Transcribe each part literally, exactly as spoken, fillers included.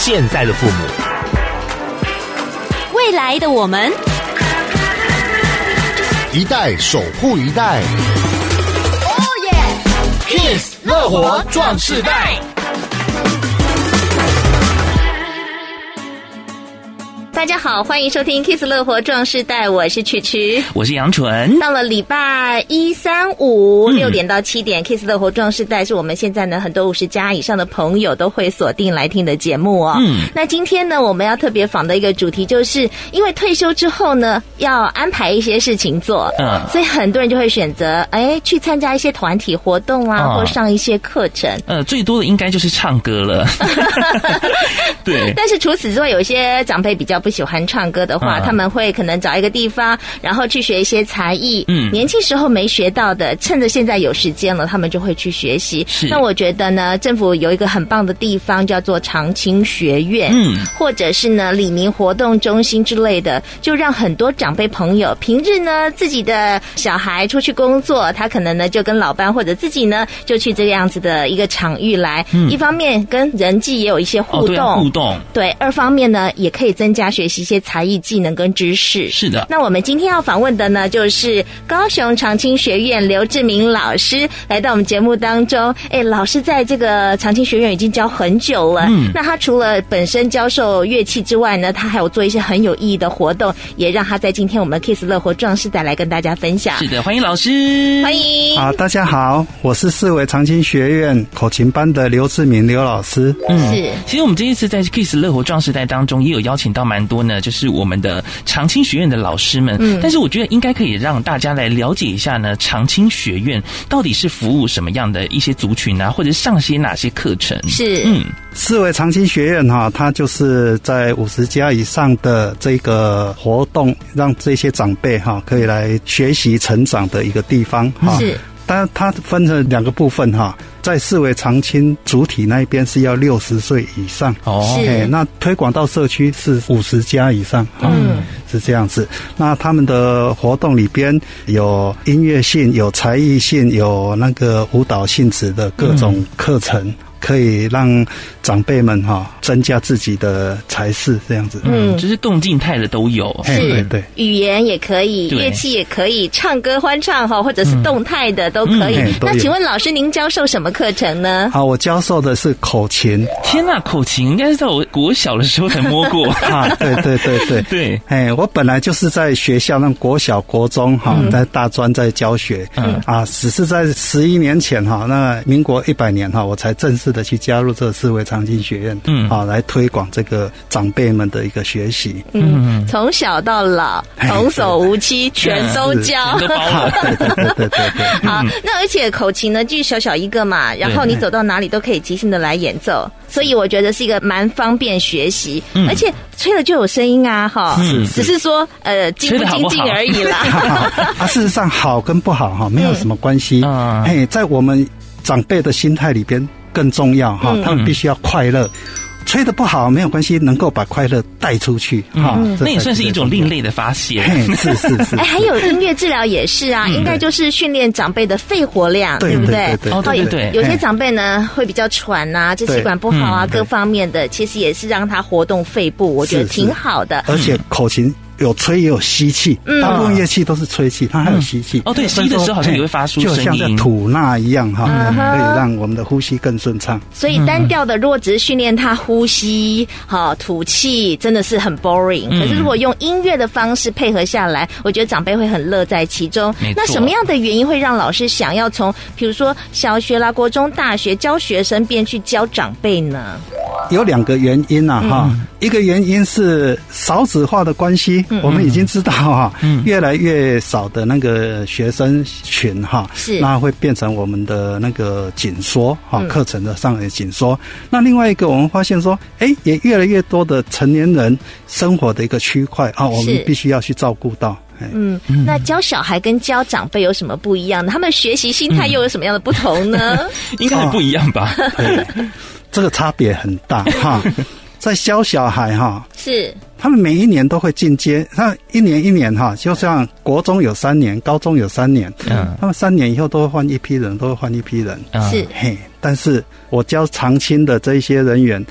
现在的父母， 未来的我们， 一代守护一代。 哦耶 ！Kiss 乐活壮世代。 大家好，欢迎收听 Kiss 乐活壮世代，我是曲曲， 我是杨纯。 到了礼拜一、三、五嗯六点到七点 ，Kiss 乐活壮世代是我们现在呢很多五十加以上的朋友都会锁定来听的节目哦。嗯，那今天呢我们要特别访的一个主题，就是因为退休之后呢要安排一些事情做，嗯，所以很多人就会选择哎去参加一些团体活动啊，哦、或上一些课程。 呃，最多的应该就是唱歌了。对， 但是除此之外，有一些长辈比较不喜欢唱歌的话，嗯、他们会可能找一个地方，然后去学一些才艺。嗯，年轻时候没学到的，趁着现在有时间了，他们就会去学习。 是， 那我觉得呢，政府有一个很棒的地方，叫做长青学院，嗯，或者是呢里民活动中心之类的，就让很多长辈朋友平日呢自己的小孩出去工作，他可能呢就跟老班或者自己呢就去这个样子的一个场域来，嗯、一方面跟人际也有一些互动，哦、 对啊，互动， 对，二方面呢也可以增加学习一些才艺技能跟知识。 是的， 那我们今天要访问的呢，就是高雄长青学院刘志明老师来到我们节目当中。哎，老师在这个长青学院已经教很久了。嗯，那他除了本身教授乐器之外呢，他还有做一些很有意义的活动，也让他在今天我们 Kiss 乐活壮世代来跟大家分享。 是的，欢迎老师， 欢迎。 好，大家好，我是四维长青学院口琴班的刘志明刘老师。 嗯，是。其实我们这一次在 Kiss 乐活壮世代当中也有邀请到蛮多呢，就是我们的长青学院的老师们。嗯，但是我觉得应该可以让大家来了解一下呢，长青学院到底是服务什么样的一些族群啊，或者上些哪些课程？ 是， 嗯， 四维长青学院哈，它就是在五十家以上的这个活动，让这些长辈哈可以来学习成长的一个地方哈。 是。 但它分成两个部分哈，在四维长青主体那一边是要六十岁以上哦， 哎，那推广到社区是五十家以上，嗯，是这样子。那他们的活动里边有音乐性、有才艺性、有那个舞蹈性质的各种课程。嗯，可以让长辈们哈增加自己的才识，这样子。 嗯，就是动静态的都有， 是， 对对， 语言也可以，乐器也可以，唱歌欢唱哈，或者是动态的都可以。嗯、那请问老师，您教授什么课程呢？ 好，我教授的是口琴。 天哪，口琴应该是在我国小的时候才摸过啊！对对对对对， 哎，我本来就是在学校那国小、国中哈，嗯、在大专在教学，嗯啊，只是在十一年前哈，那民国一百年哈，我才正式的去加入这个四维长青学院，嗯，啊，来推广这个长辈们的一个学习， 嗯，从小到老，童叟无欺，全都教， 都包了， 对对对对对对。 好，那而且口琴呢，就小小一个嘛，然后你走到哪里都可以即兴的来演奏，所以我觉得是一个蛮方便学习，嗯、而且吹了就有声音啊，哈，嗯，只是说呃精不精进而已啦。 啊，事实上好跟不好哈没有什么关系，嗯，嘿，在我们长辈的心态里边。更重要哈，他们必须要快乐。吹得不好没有关系，能够把快乐带出去哈、 嗯，那也算是一种另类的发泄。 是是是。 哎，还有音乐治疗也是啊，嗯、应该就是训练长辈的肺活量， 对不对？ 对对对。 哦，对对对。 有些长辈呢会比较喘啊，支气管不好啊，各方面的，其实也是让他活动肺部，我觉得挺好的。 而且口琴。有吹也有吸气，大部分乐器都是吹气，它还有吸气。 哦，对，吸的时候好像也会发出声音， 就像在吐纳一样哈，可以让我们的呼吸更顺畅。 所以单调的，如果只是训练它呼吸、哈吐气，真的是很 boring。可是如果用音乐的方式配合下来，我觉得长辈会很乐在其中。那什么样的原因会让老师想要从，比如说小学啦、国中、大学教学生，变去教长辈呢？ 有两个原因啊，哈、嗯，一个原因是少子化的关系。我们已经知道哈，嗯、越来越少的那个学生群哈，是那会变成我们的那个紧缩哈，课程的上的紧缩。那另外一个，我们发现说，哎，也越来越多的成年人生活的一个区块啊，我们必须要去照顾到。 嗯，那教小孩跟教长辈有什么不一样呢？他们学习心态又有什么样的不同呢？ 应该很不一样吧？ 对，这个差别很大哈。在教小孩哈， 是他们每一年都会进阶，他一年一年哈，就像国中有三年，高中有三年，嗯，他们三年以后都会换一批人，都会换一批人， 是嘿。但是我教长青的这一些人员，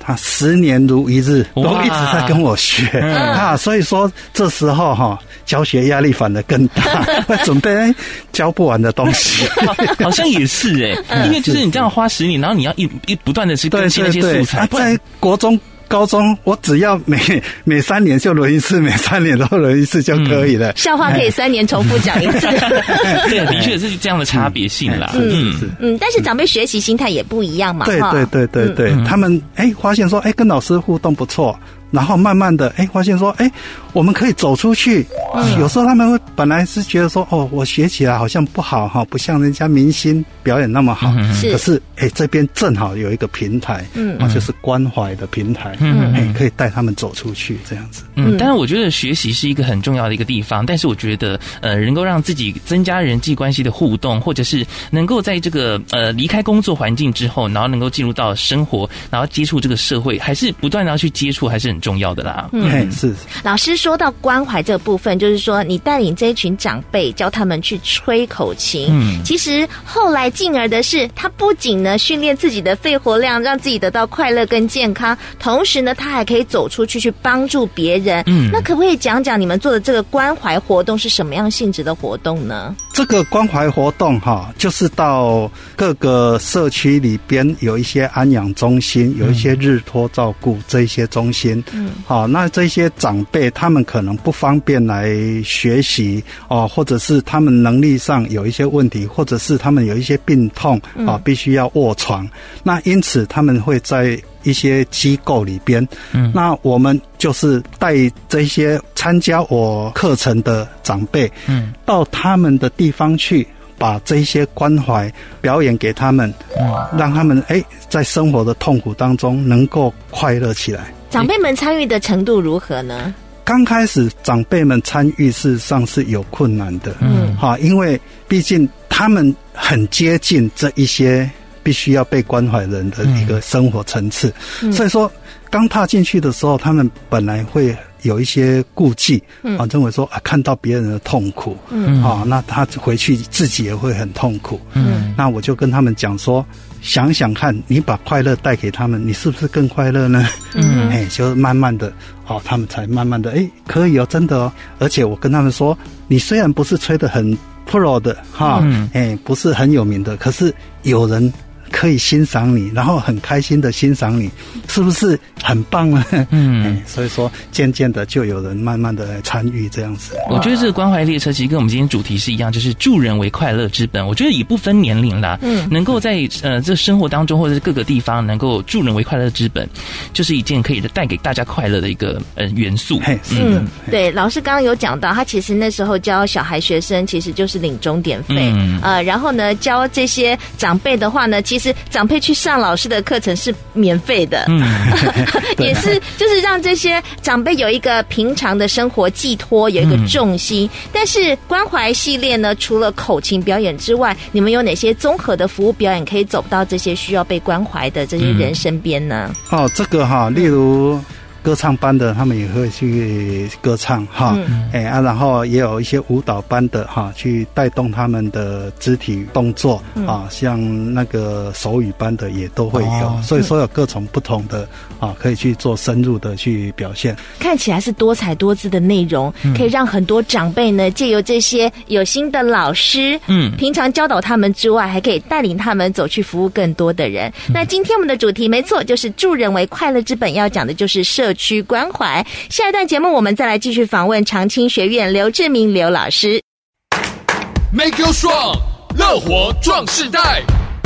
啊，十年如一日，都一直在跟我学啊，所以说这时候哈、哦，教学压力反而更大，会准备教不完的东西。 好像也是哎、欸，因为就是你这样花十年，然后你要一一不断的去更新那些素材。 对对对啊、在国中。高中我只要每每三年就轮一次，每三年都轮一次就可以了。 笑话可以三年重复讲一次。 对，的确是这样的差别性啦。 嗯嗯嗯，但是长辈学习心态也不一样嘛。 对对对对对，嗯、他们哎发现说哎跟老师互动不错。然后慢慢的，哎，发现说，哎，我们可以走出去。嗯、有时候他们会本来是觉得说，哦，我学起来好像不好哈，不像人家明星表演那么好。嗯、可是，哎，这边正好有一个平台，嗯，啊，就是关怀的平台，嗯，哎，可以带他们走出去这样子。 嗯，当然，我觉得学习是一个很重要的一个地方，但是我觉得，呃，能够让自己增加人际关系的互动，或者是能够在这个呃离开工作环境之后，然后能够进入到生活，然后接触这个社会，还是不断的要去接触，还是很重要的啦。 嗯，是。 老师说到关怀这个部分，就是说你带领这一群长辈，教他们去吹口琴。嗯，其实后来进而的是，他不仅呢训练自己的肺活量，让自己得到快乐跟健康，同时呢，他还可以走出去去帮助别人。嗯，那可不可以讲讲你们做的这个关怀活动是什么样性质的活动呢？ 这个关怀活动哈，就是到各个社区里边有一些安养中心，有一些日托照顾这一些中心。嗯，好，那这些长辈他们可能不方便来学习哦，或者是他们能力上有一些问题，或者是他们有一些病痛啊，必须要卧床。那因此他们会在一些机构里边，嗯，那我们就是带这些参加我课程的长辈，嗯，到他们的地方去，把这些关怀表演给他们，嗯，让他们哎在生活的痛苦当中能够快乐起来。 长辈们参与的程度如何呢？ 刚开始长辈们参与事实上是有困难的，嗯，哈，因为毕竟他们很接近这一些必须要被关怀人的一个生活层次，嗯、所以说刚踏进去的时候，他们本来会有一些顾忌，嗯、啊，认为说啊看到别人的痛苦，嗯，啊，那他回去自己也会很痛苦，嗯，那我就跟他们讲说，想想看，你把快乐带给他们，你是不是更快乐呢？嗯，哎，就慢慢的，哦，他们才慢慢的，哎，可以哦，真的哦，而且我跟他们说，你虽然不是吹得很 pro 的哈，嗯，哎，不是很有名的，可是有人可以欣赏你，然后很开心的欣赏你，是不是很棒呢？嗯，所以说渐渐的就有人慢慢的来参与这样子。 我觉得这个关怀列车其实跟我们今天主题是一样，就是助人为快乐之本。我觉得也不分年龄啦，嗯，能够在呃这生活当中或者是各个地方能够助人为快乐之本，就是一件可以带给大家快乐的一个呃元素。 嗯，对，老师刚刚有讲到，他其实那时候教小孩学生其实就是领钟点费，嗯、呃，然后呢教这些长辈的话呢，其实其实长辈去上老师的课程是免费的，嗯，也是就是让这些长辈有一个平常的生活寄托，有一个重心。嗯、但是关怀系列呢，除了口琴表演之外，你们有哪些综合的服务表演可以走到这些需要被关怀的这些人身边呢？ 嗯、哦，这个哈，例如歌唱班的，他们也会去歌唱哈，哎、嗯欸、啊，然后也有一些舞蹈班的哈，去带动他们的肢体动作、嗯、啊，像那个手语班的也都会有，哦、所以说有各种不同的啊，可以去做深入的去表现。 看起来是多彩多姿的内容，嗯、可以让很多长辈呢，借由这些有心的老师，嗯，平常教导他们之外，还可以带领他们走去服务更多的人。嗯、那今天我们的主题没错，就是助人为快乐之本，要讲的就是社区关怀。下一段节目我们再来继续访问长青学院刘志明刘老师。 Make you strong， 乐活壮世代。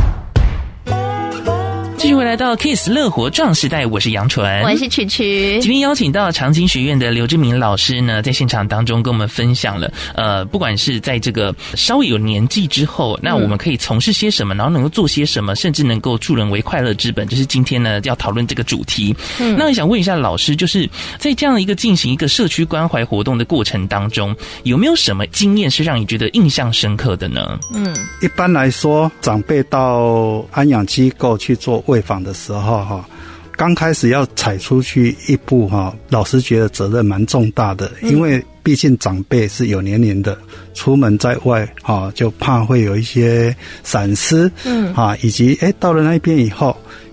继续回来到 Kiss 乐活壮时代，我是杨纯， 我是曲曲。 今天邀请到长青学院的刘志明老师呢，在现场当中跟我们分享了，呃，不管是在这个稍微有年纪之后，那我们可以从事些什么，然后能够做些什么，甚至能够助人为快乐之本，就是今天呢要讨论这个主题。嗯，那我想问一下老师，就是在这样一个进行一个社区关怀活动的过程当中，有没有什么经验是让你觉得印象深刻的呢？ 嗯，一般来说，长辈到安养机构去做慰访的时候哈，刚开始要踩出去一步哈，老师觉得责任蛮重大的，因为毕竟长辈是有年龄的，出门在外哈，就怕会有一些闪失，嗯，啊，以及哎到了那边以后，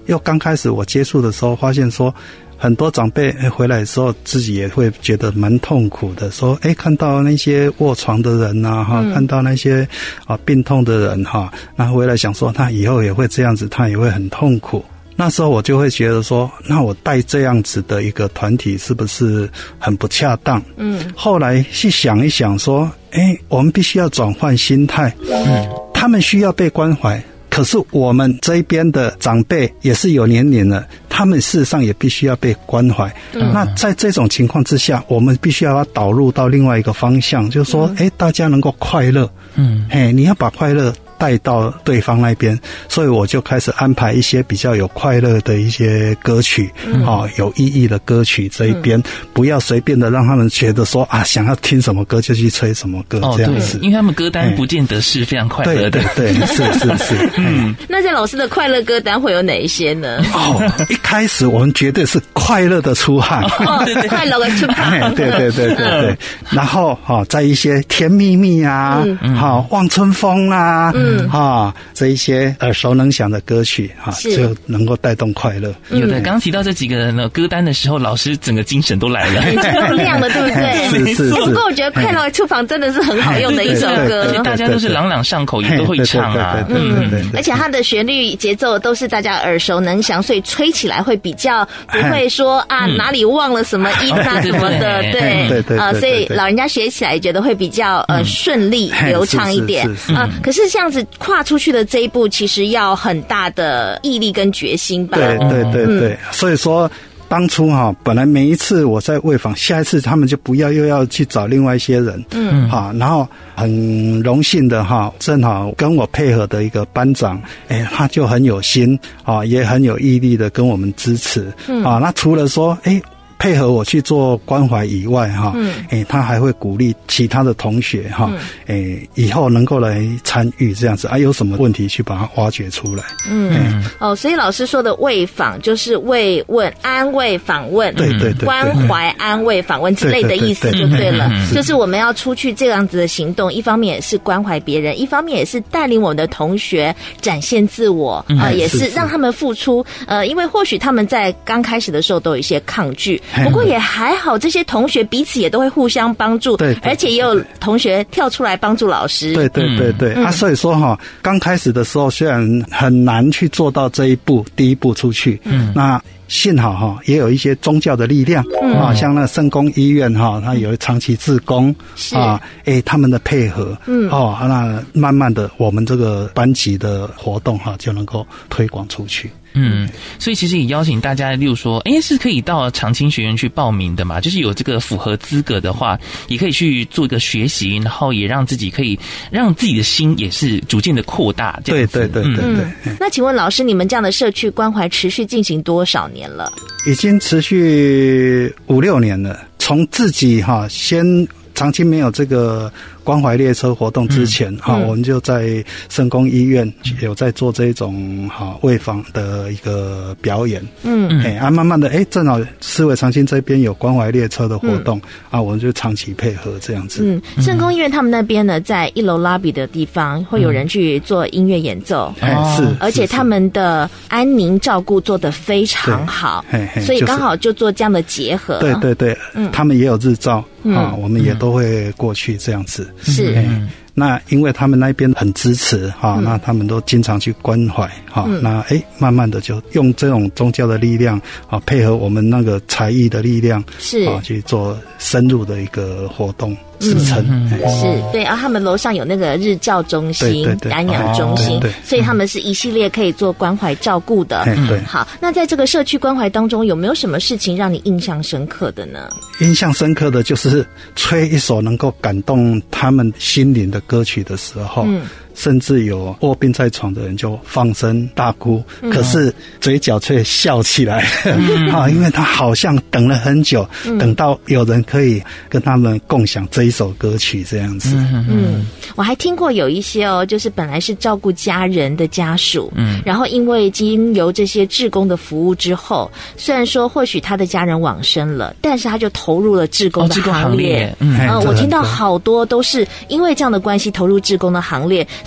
又刚开始我接触的时候，发现说很多长辈回来的时候，自己也会觉得蛮痛苦的，说哎，看到那些卧床的人啊哈、嗯，看到那些啊病痛的人哈，那回来想说他以后也会这样子，他也会很痛苦。那时候我就会觉得说，那我带这样子的一个团体是不是很不恰当？嗯，后来去想一想说，哎，我们必须要转换心态。嗯，他们需要被关怀，可是我们这一边的长辈也是有年龄了，他们事实上也必须要被关怀。嗯，那在这种情况之下，我们必须要导入到另外一个方向，就是说，哎、嗯，大家能够快乐。嗯，哎，你要把快乐带到对方那边，所以我就开始安排一些比较有快乐的一些歌曲，嗯，哦，有意义的歌曲这一边，嗯，不要随便的让他们觉得说啊，想要听什么歌就去吹什么歌，哦，这样子， 因为他们歌单不见得是非常快乐的， 对对对，是是是， 嗯，那在老师的快乐歌单会有哪一些呢？ 哦，一开始我们绝对是快乐的出汗， 哦，对对，快乐的出汗， 对对对对对，然后哈，在一些甜蜜蜜啊，嗯，好，望春风啊，嗯。嗯，哈，这一些耳熟能详的歌曲哈，就能够带动快乐。 有的，刚刚提到这几个人的歌单的时候，老师整个精神都来了， 眼睛都亮了，对不对？ 是是是。 不过我觉得《快乐的厨房》真的是很好用的一首歌， 而且大家都是朗朗上口，也都会唱啊。 嗯，而且它的旋律节奏都是大家耳熟能详，所以吹起来会比较不会说啊哪里忘了什么音啊什么的，对对对啊，所以老人家学起来觉得会比较呃顺利流畅一点啊。可是这样子跨出去的这一步，其实要很大的毅力跟决心吧。 对对对对，嗯，所以说当初哈，本来每一次我在慰访，下一次他们就不要又要去找另外一些人，嗯，好，然后很荣幸的哈，正好跟我配合的一个班长，哎，他就很有心啊，也很有毅力的跟我们支持，嗯，啊，那除了说哎。配合我去做关怀以外哈，嗯，诶，他还会鼓励其他的同学哈，诶，以后能够来参与这样子啊，有什么问题去把它挖掘出来。 嗯，哦，所以老师说的慰访就是慰问、安慰、访问， 对对对， 关怀、安慰、访问之类的意思就对了。就是我们要出去这样子的行动，一方面也是关怀别人，一方面也是带领我们的同学展现自我啊，呃，也是让他们付出。呃，因为或许他们在刚开始的时候都有一些抗拒。不过也还好，这些同学彼此也都会互相帮助，对，而且也有同学跳出来帮助老师。 对对对对，嗯，啊，所以说哈，刚开始的时候虽然很难去做到这一步，第一步出去，嗯，那。幸好哈，也有一些宗教的力量，嗯，啊，像那圣公医院哈，它有长期志工啊，哎，他们的配合，嗯，哦，那慢慢的，我们这个班级的活动哈，就能够推广出去。 嗯，所以其实也邀请大家，例如说，哎，是可以到长青学院去报名的嘛？就是有这个符合资格的话，也可以去做一个学习，然后也让自己可以让自己的心也是逐渐的扩大。这样子。 对对对对对。 嗯，那请问老师，你们这样的社区关怀持续进行多少年了？ 已经持续五六年了。从自己哈先长期没有这个关怀列车活动之前哈，嗯，我们就在圣公医院有在做这种哈慰访的一个表演，嗯，哎啊，慢慢的哎，正好思维长青这边有关怀列车的活动，嗯，啊，我们就长期配合这样子。 嗯，圣公医院他们那边呢，在一楼 lobby 的地方会有人去做音乐演奏，哎，嗯，是，而且他们的安宁照顾做得非常好，所以刚好就做这样的结合。 对对对，嗯，他们也有日照。嗯，啊，我们也都会过去这样子。 是， 嗯，那因为他们那边很支持哈，嗯，那他们都经常去关怀哈，嗯，那哎，慢慢的就用这种宗教的力量啊，配合我们那个才艺的力量，是啊，去做深入的一个活动。支撑，嗯， 是对，然后他们楼上有那个日照中心、安养中心，哦，所以他们是一系列可以做关怀照顾的。 嗯，对。 好，那在这个社区关怀当中，有没有什么事情让你印象深刻的呢？ 印象深刻的就是吹一首能够感动他们心灵的歌曲的时候，嗯，甚至有卧病在床的人就放声大哭，嗯，可是嘴角却笑起来，嗯，啊，因为他好像等了很久，嗯，等到有人可以跟他们共享这一首歌曲这样子。 嗯嗯，我还听过有一些哦，就是本来是照顾家人的家属，嗯，然后因为经由这些志工的服务之后，虽然说或许他的家人往生了，但是他就投入了志工的行列。哦，嗯，呃，我听到好多都是因为这样的关系投入志工的行列。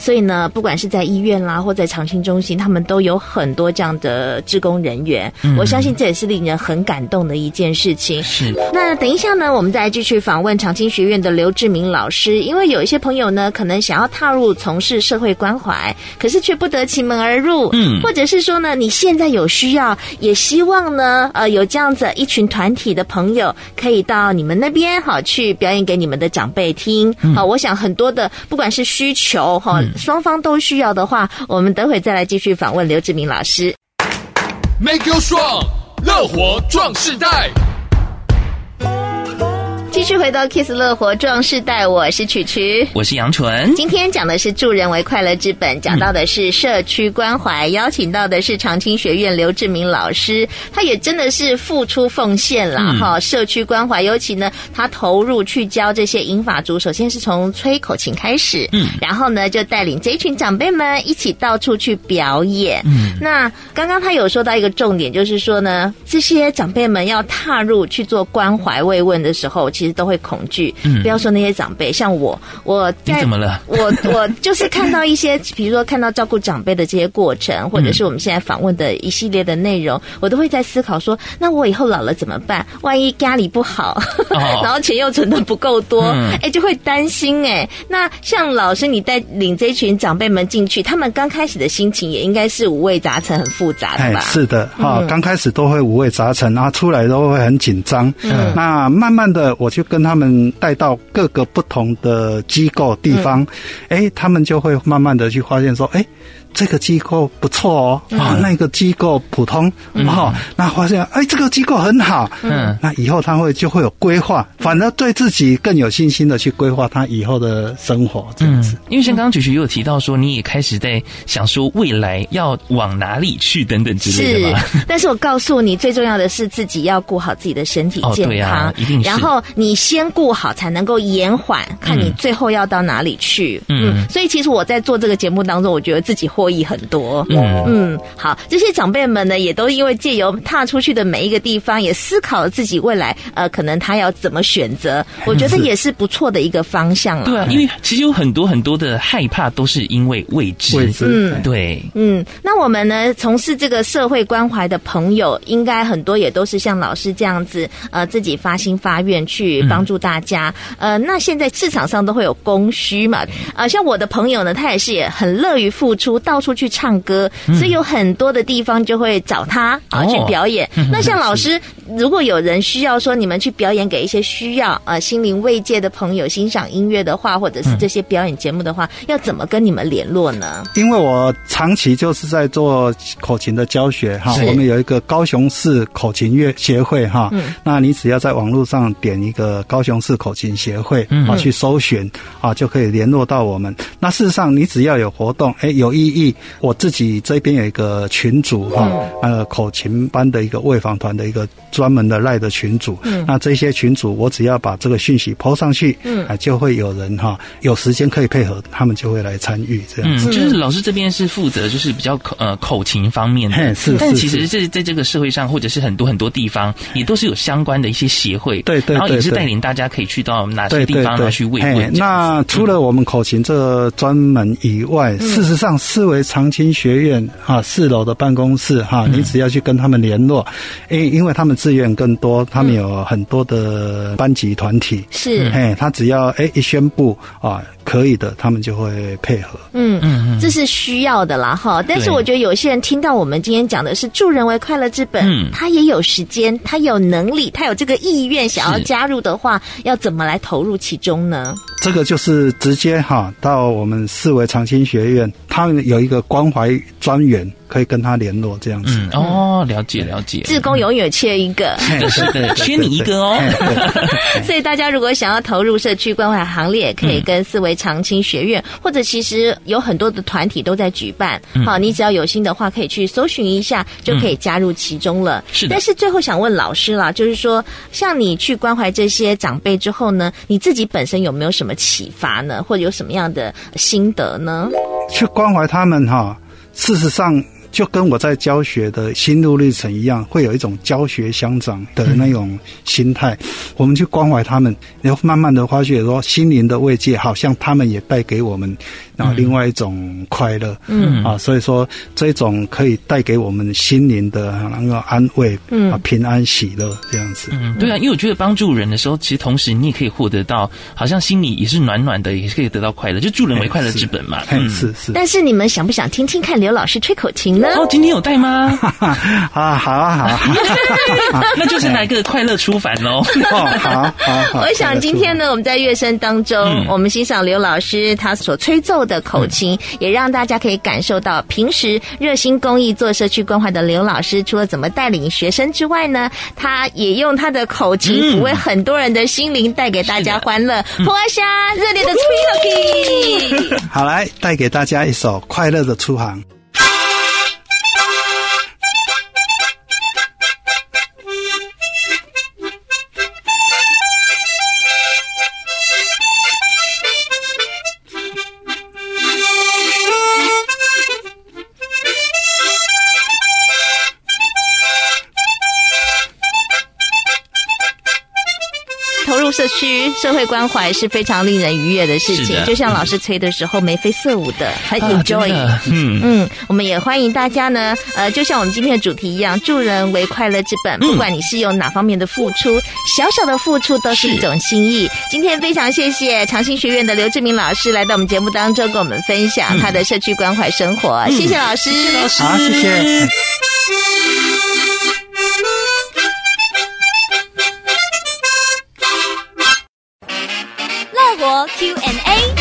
所以呢，不管是在医院啦，或在长青中心，他们都有很多这样的志工人员。嗯、我相信这也是令人很感动的一件事情。 是。 那等一下呢，我们再继续访问长青学院的刘志明老师，因为有一些朋友呢，可能想要踏入从事社会关怀，可是却不得其门而入。嗯，或者是说呢，你现在有需要，也希望呢，呃，有这样子一群团体的朋友，可以到你们那边好去表演给你们的长辈听。嗯、好，我想很多的不管是需求哈，双方都需要的话，我们等会再来继续访问刘志明老师。 Make you strong， 乐活壮世代。 继续回到 Kiss 乐活壮世代，我是曲曲， 我是杨纯。 今天讲的是助人为快乐之本，讲到的是社区关怀，嗯、邀请到的是长青学院刘志明老师，他也真的是付出奉献啦哈、嗯！社区关怀，尤其呢，他投入去教这些银发族，首先是从吹口琴开始，嗯，然后呢，就带领这一群长辈们一起到处去表演。嗯，那刚刚他有说到一个重点，就是说呢，这些长辈们要踏入去做关怀慰问的时候，其实都会恐惧，嗯，不要说那些长辈，像我，我你怎么了？ 我我就是看到一些，比如说看到照顾长辈的这些过程，或者是我们现在访问的一系列的内容，我都会在思考说，那我以后老了怎么办？万一家里不好，哦、然后钱又存的不够多，哎、嗯，就会担心哎。那像老师你带领这群长辈们进去，他们刚开始的心情也应该是五味杂陈、很复杂的吧？ 哎，是的，哈、嗯，刚开始都会五味杂陈，然后出来都会很紧张。嗯，那慢慢的我就跟他们带到各个不同的机构地方，哎、嗯，他们就会慢慢的去发现说，哎，这个机构不错哦，啊、嗯哦，那个机构普通，嗯、哦，那发现哎，这个机构很好，嗯，那以后他会就会有规划，反而对自己更有信心的去规划他以后的生活，这样子。 嗯、因为像刚刚曲曲也有提到说，你也开始在想说未来要往哪里去等等之类的嘛。 是，但是我告诉你，最重要的是自己要顾好自己的身体健康，哦对啊、 一定是。 然后你先顾好，才能够延缓，看你最后要到哪里去。嗯，嗯所以其实我在做这个节目当中，我觉得自己获益很多。嗯嗯，好，这些长辈们呢，也都因为借由踏出去的每一个地方，也思考了自己未来呃，可能他要怎么选择。我觉得也是不错的一个方向啊。 对啊，因为其实有很多很多的害怕都是因为未知。 未知， 嗯， 对， 嗯，那我们呢，从事这个社会关怀的朋友，应该很多也都是像老师这样子，呃，自己发心发愿去帮助大家。嗯、呃，那现在市场上都会有供需嘛，呃，像我的朋友呢，他也是也很乐于付出，到处去唱歌，所以有很多的地方就会找他啊、哦、去表演。那像老师，如果有人需要说你们去表演给一些需要呃心灵慰藉的朋友欣赏音乐的话，或者是这些表演节目的话，要怎么跟你们联络呢？ 因为我长期就是在做口琴的教学哈，我们有一个高雄市口琴乐协会哈，嗯、那你只要在网络上点一个高雄市口琴协会啊、嗯、去搜寻啊，就可以联络到我们。那事实上你只要有活动，哎有意义，我自己这边有一个群组哈，嗯、呃口琴班的一个卫访团的一个专门的赖的群组，嗯、那这些群组我只要把这个讯息 po 上去，嗯、啊就会有人哈有时间可以配合，他们就会来参与这样子。 嗯，就是老师这边是负责就是比较口呃口琴方面的， 是， 但其实这在这个社会上或者是很多很多地方也都是有相关的一些协会， 对 对, 对, 对， 然后也是带领大家可以去到哪些地方然后去慰问。 那除了我们口琴这个专门以外，嗯、事实上四维长青学院啊四楼的办公室哈、啊，你只要去跟他们联络，因因为他们资源更多，他们有很多的班级团体， 是， 哎，他只要哎一宣布啊可以的，他们就会配合。 嗯嗯，这是需要的啦哈。但是我觉得有些人听到我们今天讲的是助人为快乐之本，嗯、他也有时间，他有能力，他有这个意愿想要加入的话，要怎么来投入其中呢？ 这个就是直接哈到我们四维长青学院，他们有一个关怀专员，可以跟他联络这样子。 嗯、哦，了解了解。 志工永远缺一个， 是的，缺你一个哦。 所以大家如果想要投入社区关怀行列，可以跟四维长青学院，或者其实有很多的团体都在举办。嗯、好，你只要有心的话，可以去搜寻一下，就可以加入其中了。 是的。 但是最后想问老师啦，就是说，像你去关怀这些长辈之后呢，你自己本身有没有什么启发呢，或者有什么样的心得呢？ 去关怀他们哈，事实上就跟我在教学的心路历程一样，会有一种教学相长的那种心态。嗯、我们去关怀他们，然后慢慢的发觉说，心灵的慰藉，好像他们也带给我们啊另外一种快乐。嗯啊，所以说这种可以带给我们心灵的那个安慰，嗯啊平安喜乐这样子。 嗯，对啊，因为我觉得帮助人的时候，其实同时你也可以获得到，好像心里也是暖暖的，也是可以得到快乐，就助人为快乐之本嘛。 嗯，是是。 但是你们想不想听听看刘老师吹口琴呢？ 哦，今天有带吗？ 啊，好啊，好啊， 那就是来个快乐出凡喽。 哦，好，好，好。 我想今天呢，我们在乐声当中，嗯、我们欣赏刘老师他所吹奏的口琴，嗯、也让大家可以感受到平时热心公益做社区关怀的刘老师，除了怎么带领学生之外呢，他也用他的口琴抚慰很多人的心灵，带给大家欢乐。破阿虾热烈的吹口琴， 好，来带给大家一首快乐的出航。 社区社会关怀是非常令人愉悦的事情，就像老师吹的时候眉飞色舞的，很 enjoy。啊、嗯嗯，我们也欢迎大家呢，呃，就像我们今天的主题一样，助人为快乐之本。不管你是用哪方面的付出，小小的付出都是一种心意。今天非常谢谢长青学院的刘志明老师来到我们节目当中，跟我们分享他的社区关怀生活。嗯、谢谢老师， 谢谢老师， 好，谢谢。 Q and A，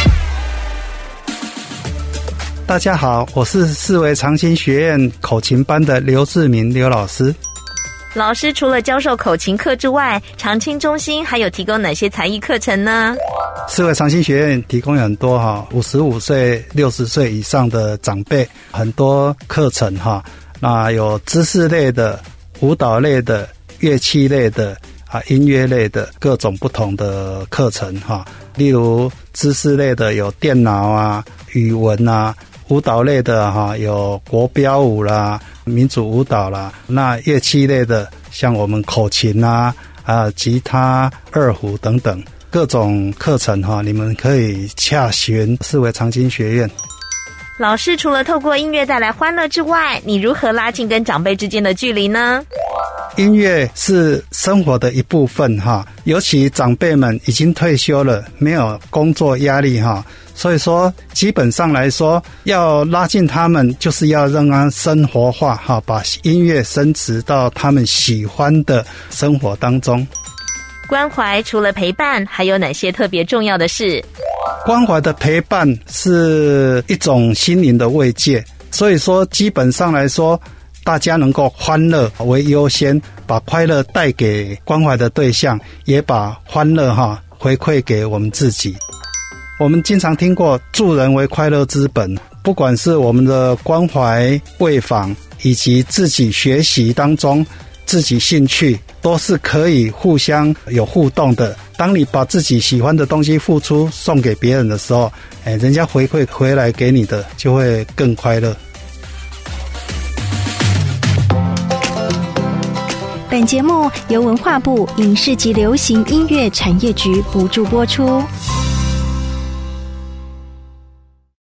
大家好，我是四维长青学院口琴班的刘志明刘老师。 老师除了教授口琴课之外，长青中心还有提供哪些才艺课程呢？ 四维长青学院提供很多哈，五十五岁、六十岁以上的长辈很多课程哈。那有知识类的、舞蹈类的、乐器类的啊、音乐类的各种不同的课程哈。例如知识类的有电脑啊、语文啊，舞蹈类的哈有国标舞啦、民族舞蹈啦。那乐器类的像我们口琴啊、啊吉他、二胡等等各种课程哈，你们可以洽询四维长青学院。 老师除了透过音乐带来欢乐之外，你如何拉近跟长辈之间的距离呢？ 音乐是生活的一部分哈，尤其长辈们已经退休了，没有工作压力哈，所以说基本上来说，要拉近他们，就是要让他生活化哈，把音乐升值到他们喜欢的生活当中。 关怀除了陪伴，还有哪些特别重要的事？ 关怀的陪伴是一种心灵的慰藉，所以说基本上来说，大家能够欢乐为优先，把快乐带给关怀的对象，也把欢乐哈回馈给我们自己。我们经常听过助人为快乐之本，不管是我们的关怀慰访，以及自己学习当中自己兴趣，都是可以互相有互动的。当你把自己喜欢的东西付出送给别人的时候，哎，人家回馈回来给你的就会更快乐。 本节目由文化部影视及流行音乐产业局补助播出。